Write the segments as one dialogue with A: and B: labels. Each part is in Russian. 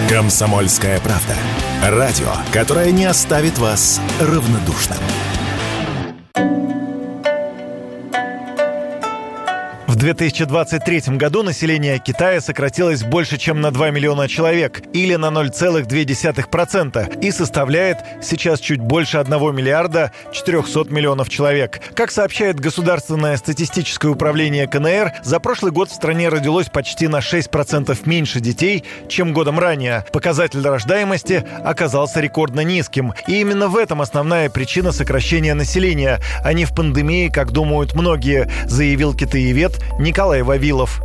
A: «Комсомольская правда». Радио, которое не оставит вас равнодушным.
B: В 2023 году население Китая сократилось больше, чем на 2 миллиона человек, или на 0,2%, и составляет сейчас чуть больше 1 миллиарда 400 миллионов человек. Как сообщает Государственное статистическое управление КНР, за прошлый год в стране родилось почти на 6% меньше детей, чем годом ранее. Показатель рождаемости оказался рекордно низким. И именно в этом основная причина сокращения населения, а не в пандемии, как думают многие, заявил китаевед Николай Вавилов.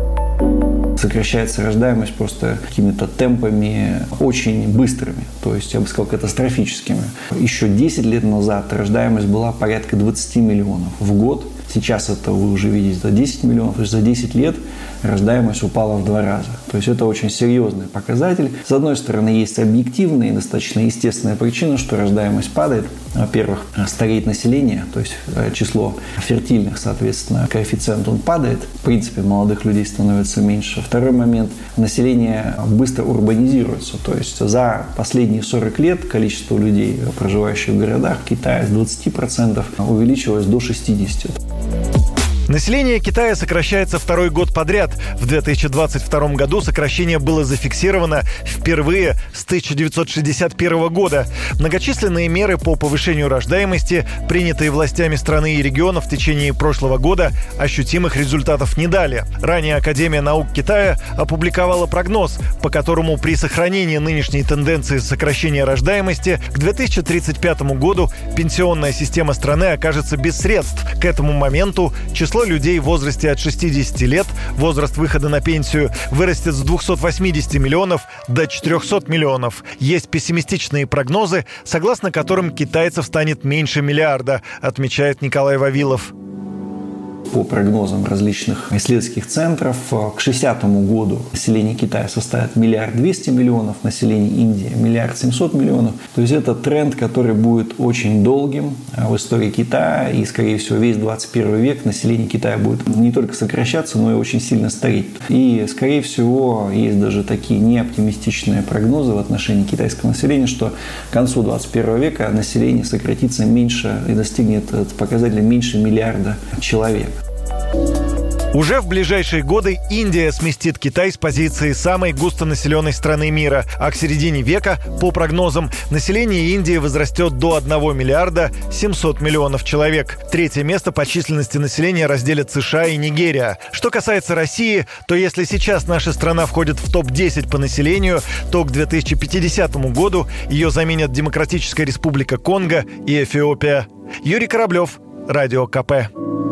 C: Сокращается рождаемость просто какими-то темпами очень быстрыми, то есть, я бы сказал, катастрофическими. Еще 10 лет назад рождаемость была порядка 20 миллионов в год. Сейчас это вы уже видите, за 10 миллионов, то есть за 10 лет рождаемость упала в 2 раза. То есть это очень серьезный показатель. С одной стороны, есть объективная и достаточно естественная причина, что рождаемость падает. Во-первых, стареет население, то есть число фертильных, соответственно, коэффициент он падает. В принципе, молодых людей становится меньше. Второй момент, население быстро урбанизируется. То есть за последние 40 лет количество людей, проживающих в городах Китая, с 20% увеличилось до 60%.
B: Население Китая сокращается второй год подряд. В 2022 году сокращение было зафиксировано впервые с 1961 года. Многочисленные меры по повышению рождаемости, принятые властями страны и региона в течение прошлого года, ощутимых результатов не дали. Ранее Академия наук Китая опубликовала прогноз, по которому при сохранении нынешней тенденции сокращения рождаемости к 2035 году пенсионная система страны окажется без средств. К этому моменту число людей в возрасте от 60 лет, возраст выхода на пенсию, вырастет с 280 миллионов до 400 миллионов. Есть пессимистичные прогнозы, согласно которым китайцев станет меньше миллиарда, отмечает Николай Вавилов.
C: По прогнозам различных исследовательских центров, к 60 году население Китая составит 1 200 миллионов, население Индии 1 700 миллионов. То есть это тренд, который будет очень долгим в истории Китая, и, скорее всего, весь 21 век население Китая будет не только сокращаться, но и очень сильно стареть. И, скорее всего, есть даже такие неоптимистичные прогнозы в отношении китайского населения, что к концу 21 века население сократится меньше и достигнет показателя меньше миллиарда человек.
B: Уже в ближайшие годы Индия сместит Китай с позиции самой густонаселенной страны мира, а к середине века, по прогнозам, население Индии возрастет до 1 миллиарда 700 миллионов человек. Третье место по численности населения разделят США и Нигерия. Что касается России, то если сейчас наша страна входит в топ-10 по населению, то к 2050 году ее заменят Демократическая Республика Конго и Эфиопия. Юрий Кораблев, Радио КП.